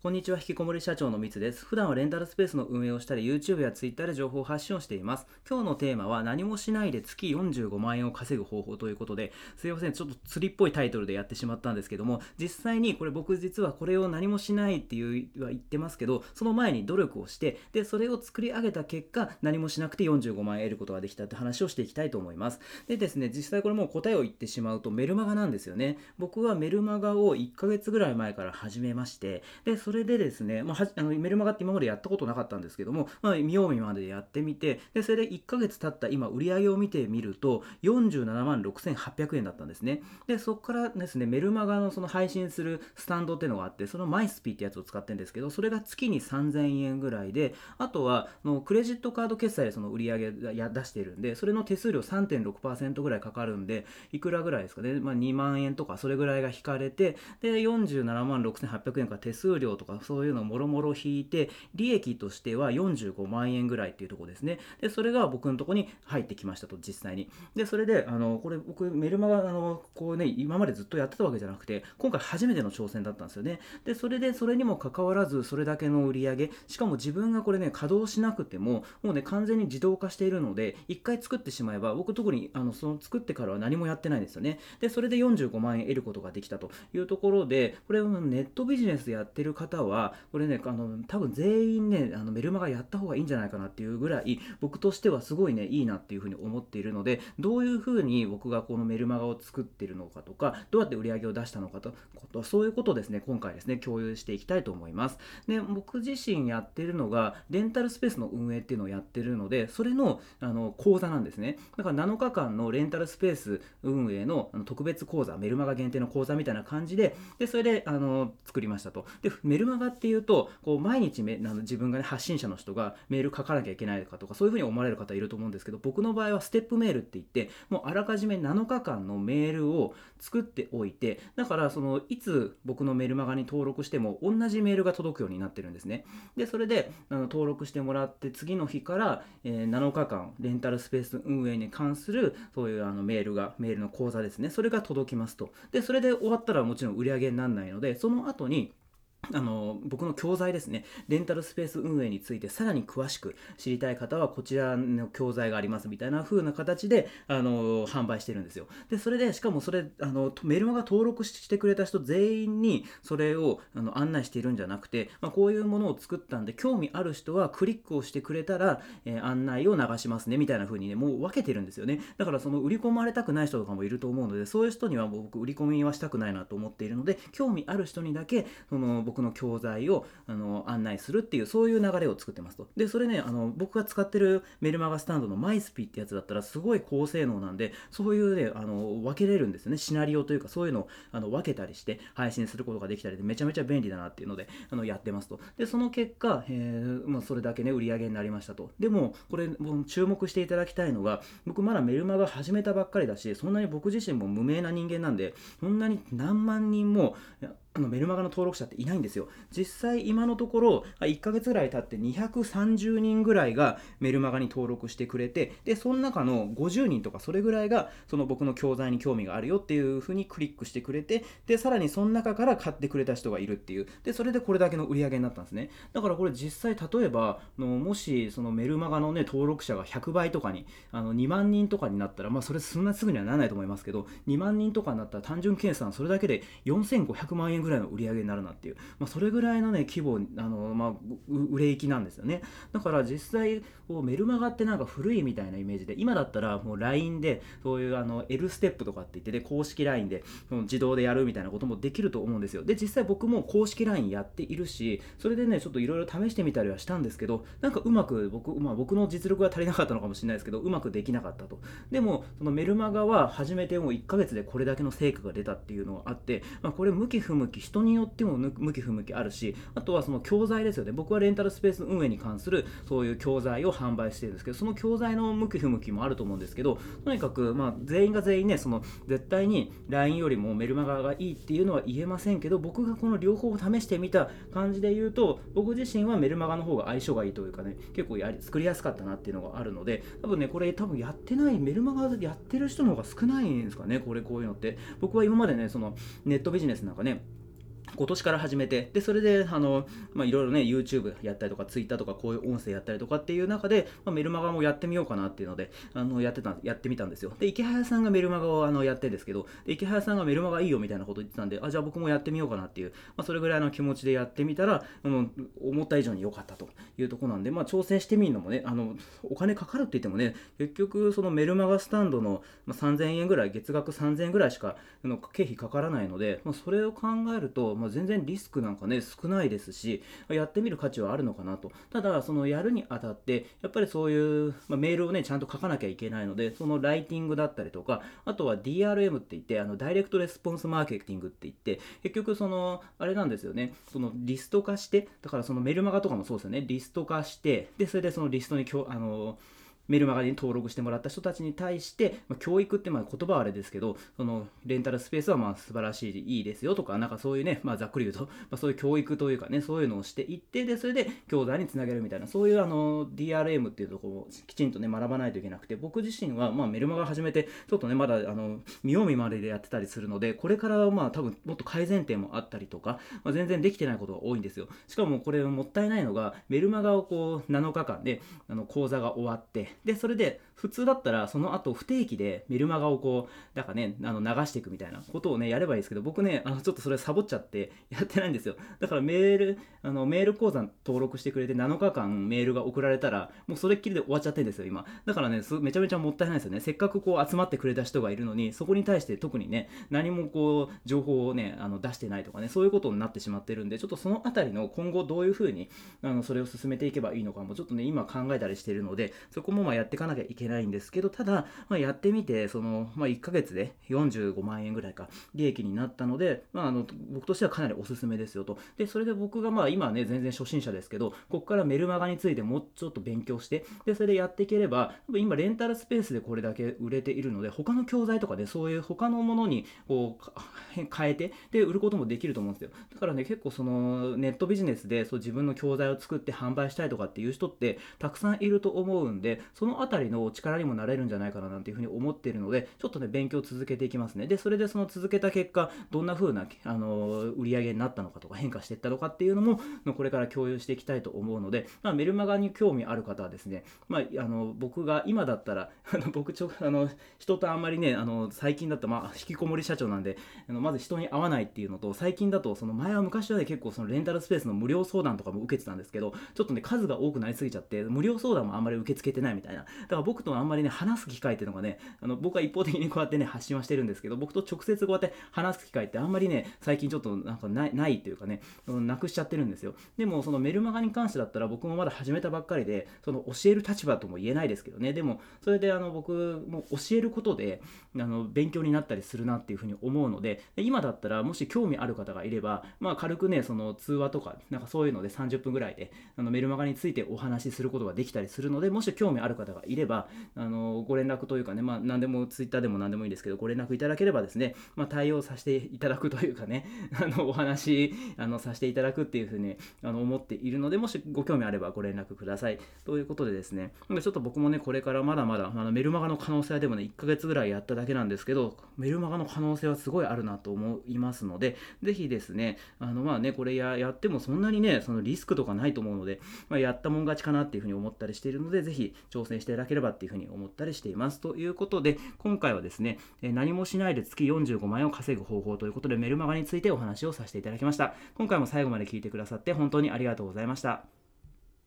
こんにちは、引きこもり社長のみつです。普段はレンタルスペースの運営をしたり、YouTube や Twitter で情報発信をしています。今日のテーマは、何もしないで月45万円を稼ぐ方法ということで、すいません、ちょっと釣りっぽいタイトルでやってしまったんですけども、実際にこれ僕実はこれを何もしないっては言ってますけど、その前に努力をして、で、それを作り上げた結果、何もしなくて45万円得ることができたって話をしていきたいと思います。でですね、実際これもう答えを言ってしまうとメルマガなんですよね。僕はメルマガを1ヶ月ぐらい前から始めまして、で、それでですね、メルマガって今までやったことなかったんですけども、見よう見までやってみて、で、それで1ヶ月経った今、売り上げを見てみると、47万6800円だったんですね。で、そこからですね、メルマガのその配信するスタンドっていうのがあって、そのマイスピってやつを使ってるんですけど、それが月に3000円ぐらいで、あとは、クレジットカード決済でその売り上げ出してるんで、それの手数料 3.6% ぐらいかかるんで、いくらぐらいですかね、2万円とかそれぐらいが引かれて、で、47万6800円から手数料とかそういうのをもろもろ引いて、利益としては45万円ぐらいっていうところですね。で、それが僕のところに入ってきましたと、実際に。で、それで、これ僕メルマガ、こうね、今までずっとやってたわけじゃなくて、今回初めての挑戦だったんですよね。で、それで、それにもかかわらず、それだけの売り上げ、しかも自分がこれね、稼働しなくても、もうね、完全に自動化しているので、一回作ってしまえば、僕特に、その作ってからは何もやってないんですよね。で、それで45万円得ることができたというところで、これ、ネットビジネスやってる方は、これね、多分全員ね、メルマガやった方がいいんじゃないかなっていうぐらい、僕としてはすごいね、いいなっていうふうに思っているので、どういうふうに僕がこのメルマガを作っているのかとか、どうやって売り上げを出したのかと、そういうことをですね、今回ですね、共有していきたいと思います。で、僕自身やってるのが、レンタルスペースの運営っていうのをやってるので、それの、講座なんですね。だから7日間のレンタルスペース運営の特別講座、メルマガ限定の講座みたいな感じで、それで、作りましたと。で、メルマガっていうと、こう、毎日自分がね、発信者の人がメール書かなきゃいけないかとか、そういうふうに思われる方いると思うんですけど、僕の場合はステップメールって言って、もうあらかじめ7日間のメールを作っておいて、だから、いつ僕のメルマガに登録しても、同じメールが届くようになってるんですね。で、それで、登録してもらって、次の日から、7日間、レンタルスペース運営に関する、そういうメールの講座ですね。それが届きますと。で、それで終わったらもちろん売り上げにならないので、その後に、僕の教材ですね、レンタルスペース運営についてさらに詳しく知りたい方はこちらの教材がありますみたいな風な形で、販売してるんですよ。で、それでしかもそれメルマガ登録してくれた人全員にそれを案内しているんじゃなくて、こういうものを作ったんで興味ある人はクリックをしてくれたら、案内を流しますねみたいな風にね、もう分けてるんですよね。だからその売り込まれたくない人とかもいると思うので、そういう人には僕売り込みはしたくないなと思っているので、興味ある人にだけ僕の教材を案内するっていう、そういう流れを作ってますと。で、それね、僕が使ってるメルマガスタンドのマイスピってやつだったらすごい高性能なんで、そういうね、分けれるんですよね。シナリオというかそういうのを分けたりして配信することができたりで、めちゃめちゃ便利だなっていうのでやってますと。で、その結果、それだけね売り上げになりましたと。でもこれもう注目していただきたいのが、僕まだメルマガ始めたばっかりだし、そんなに僕自身も無名な人間なんで、そんなに何万人もメルマガの登録者っていないんですよ。実際今のところ1ヶ月ぐらい経って230人ぐらいがメルマガに登録してくれて、でその中の50人とかそれぐらいがその僕の教材に興味があるよっていう風にクリックしてくれて、でさらにその中から買ってくれた人がいるっていう、でそれでこれだけの売り上げになったんですね。だからこれ実際例えばもしそのメルマガのね登録者が100倍とかに2万人とかになったら、それそんなすぐにはならないと思いますけど、2万人とかになったら単純計算それだけで4500万円ぐらいの売り上げになるなっていう、それぐらいのね規模売れ行きなんですよね。だから実際メルマガってなんか古いみたいなイメージで、今だったらもう LINE でそういうL ステップとかって言ってね、公式 LINE で自動でやるみたいなこともできると思うんですよ。で実際僕も公式 LINE やっているし、それでねちょっといろいろ試してみたりはしたんですけど、なんかうまく僕の実力が足りなかったのかもしれないですけど、うまくできなかったと。でもそのメルマガは始めてもう1ヶ月でこれだけの成果が出たっていうのがあって、これ向き不向き人によっても向き不向きあるし、あとはその教材ですよね。僕はレンタルスペース運営に関するそういう教材を販売してるんですけど、その教材の向き不向きもあると思うんですけど、とにかく全員が全員ね、その絶対に LINE よりもメルマガがいいっていうのは言えませんけど、僕がこの両方を試してみた感じで言うと、僕自身はメルマガの方が相性がいいというかね、結構作りやすかったなっていうのがあるので、多分ねこれやってないメルマガやってる人の方が少ないんですかね、こういうのって。僕は今までねそのネットビジネスなんかね今年から始めて、でそれでいろいろね YouTube やったりとか Twitter とかこういう音声やったりとかっていう中で、メルマガもやってみようかなっていうのでやってみたんですよ。で池早さんがメルマガをやってですけど、で池早さんがメルマガいいよみたいなこと言ってたんで、じゃあ僕もやってみようかなっていう、それぐらいの気持ちでやってみたら、思った以上に良かったというところなんで、挑戦してみるのもね、お金かかるって言ってもね、結局そのメルマガスタンドの3000円ぐらい、月額3000円ぐらいしか経費かからないので、それを考えると、全然リスクなんかね少ないですし、やってみる価値はあるのかなと。ただそのやるにあたってやっぱりそういう、メールをねちゃんと書かなきゃいけないので、そのライティングだったりとか、あとは DRM って言ってダイレクトレスポンスマーケティングって言って、結局そのあれなんですよね、そのリスト化して、だからそのメルマガとかもそうですよね、リスト化して、でそれでそのリストにメルマガに登録してもらった人たちに対して、教育って言葉はあれですけど、そのレンタルスペースは素晴らしい、いいですよとか、なんかそういうね、ざっくり言うと、そういう教育というかね、そういうのをしていって、でそれで教材につなげるみたいな、そういうDRM っていうところをきちんとね学ばないといけなくて、僕自身はメルマガ始めてちょっとねまだ見よう見まねでやってたりするので、これからは多分もっと改善点もあったりとか、全然できてないことが多いんですよ。しかもこれもったいないのが、メルマガをこう7日間で講座が終わって、でそれで普通だったらその後不定期でメルマガをこうだからね流していくみたいなことをねやればいいですけど、僕ねちょっとそれサボっちゃってやってないんですよ。だからメール講座登録してくれて7日間メールが送られたら、もうそれっきりで終わっちゃってるんですよ今。だからねめちゃめちゃもったいないですよね。せっかくこう集まってくれた人がいるのに、そこに対して特にね何もこう情報をね出してないとかね、そういうことになってしまってるんで、ちょっとそのあたりの今後どういうふうにそれを進めていけばいいのかもちょっとね今考えたりしているので、そこもやっていかなきゃいけないんですけど、ただ、やってみてその、1ヶ月で45万円ぐらいか利益になったので、僕としてはかなりおすすめですよと。でそれで僕が今ね全然初心者ですけど、ここからメルマガについてもうちょっと勉強して、でそれでやっていければ、今レンタルスペースでこれだけ売れているので、他の教材とかでそういう他のものにこう変えてで売ることもできると思うんですよ。だからね結構そのネットビジネスで自分の教材を作って販売したいとかっていう人ってたくさんいると思うんで、そのあたりの力にもなれるんじゃないかななんていうふうに思っているので、ちょっとね勉強を続けていきますね。でそれでその続けた結果どんな風な売り上げになったのかとか変化していったのかっていうのもこれから共有していきたいと思うので、メルマガに興味ある方はですね、僕が今だったら僕人とあんまりね最近だったら引きこもり社長なんでまず人に会わないっていうのと、最近だとその昔はね結構そのレンタルスペースの無料相談とかも受けてたんですけど、ちょっとね数が多くなりすぎちゃって無料相談もあんまり受け付けてないみたいな。だから僕とあんまりね話す機会っていうのがね、僕は一方的にこうやってね発信はしてるんですけど、僕と直接こうやって話す機会ってあんまりね最近ちょっとなんかないっていうかね、なくしちゃってるんですよ。でもそのメルマガに関してだったら僕もまだ始めたばっかりで、その教える立場とも言えないですけどね、でもそれで僕も教えることで勉強になったりするなっていうふうに思うので、今だったらもし興味ある方がいれば、軽くねその通話とかなんかそういうので30分ぐらいでメルマガについてお話しすることができたりするので、もし興味ある方がいればご連絡というかね、何でもツイッターでも何でもいいんですけど、ご連絡いただければですね、対応させていただくというかねお話させていただくっていうふうに思っているので、もしご興味あればご連絡くださいということでですね、ちょっと僕もねこれからまだまだメルマガの可能性はでもね1ヶ月ぐらいやっただけなんですけど、メルマガの可能性はすごいあるなと思いますので、ぜひですねこれやってもそんなにねそのリスクとかないと思うので、やったもん勝ちかなっていうふうに思ったりしているので、ぜひ挑戦していただければっていうふうに思ったりしていますということで、今回はですね何もしないで月45万円を稼ぐ方法ということでメルマガについてお話をさせていただきました。今回も最後まで聞いてくださって本当にありがとうございました。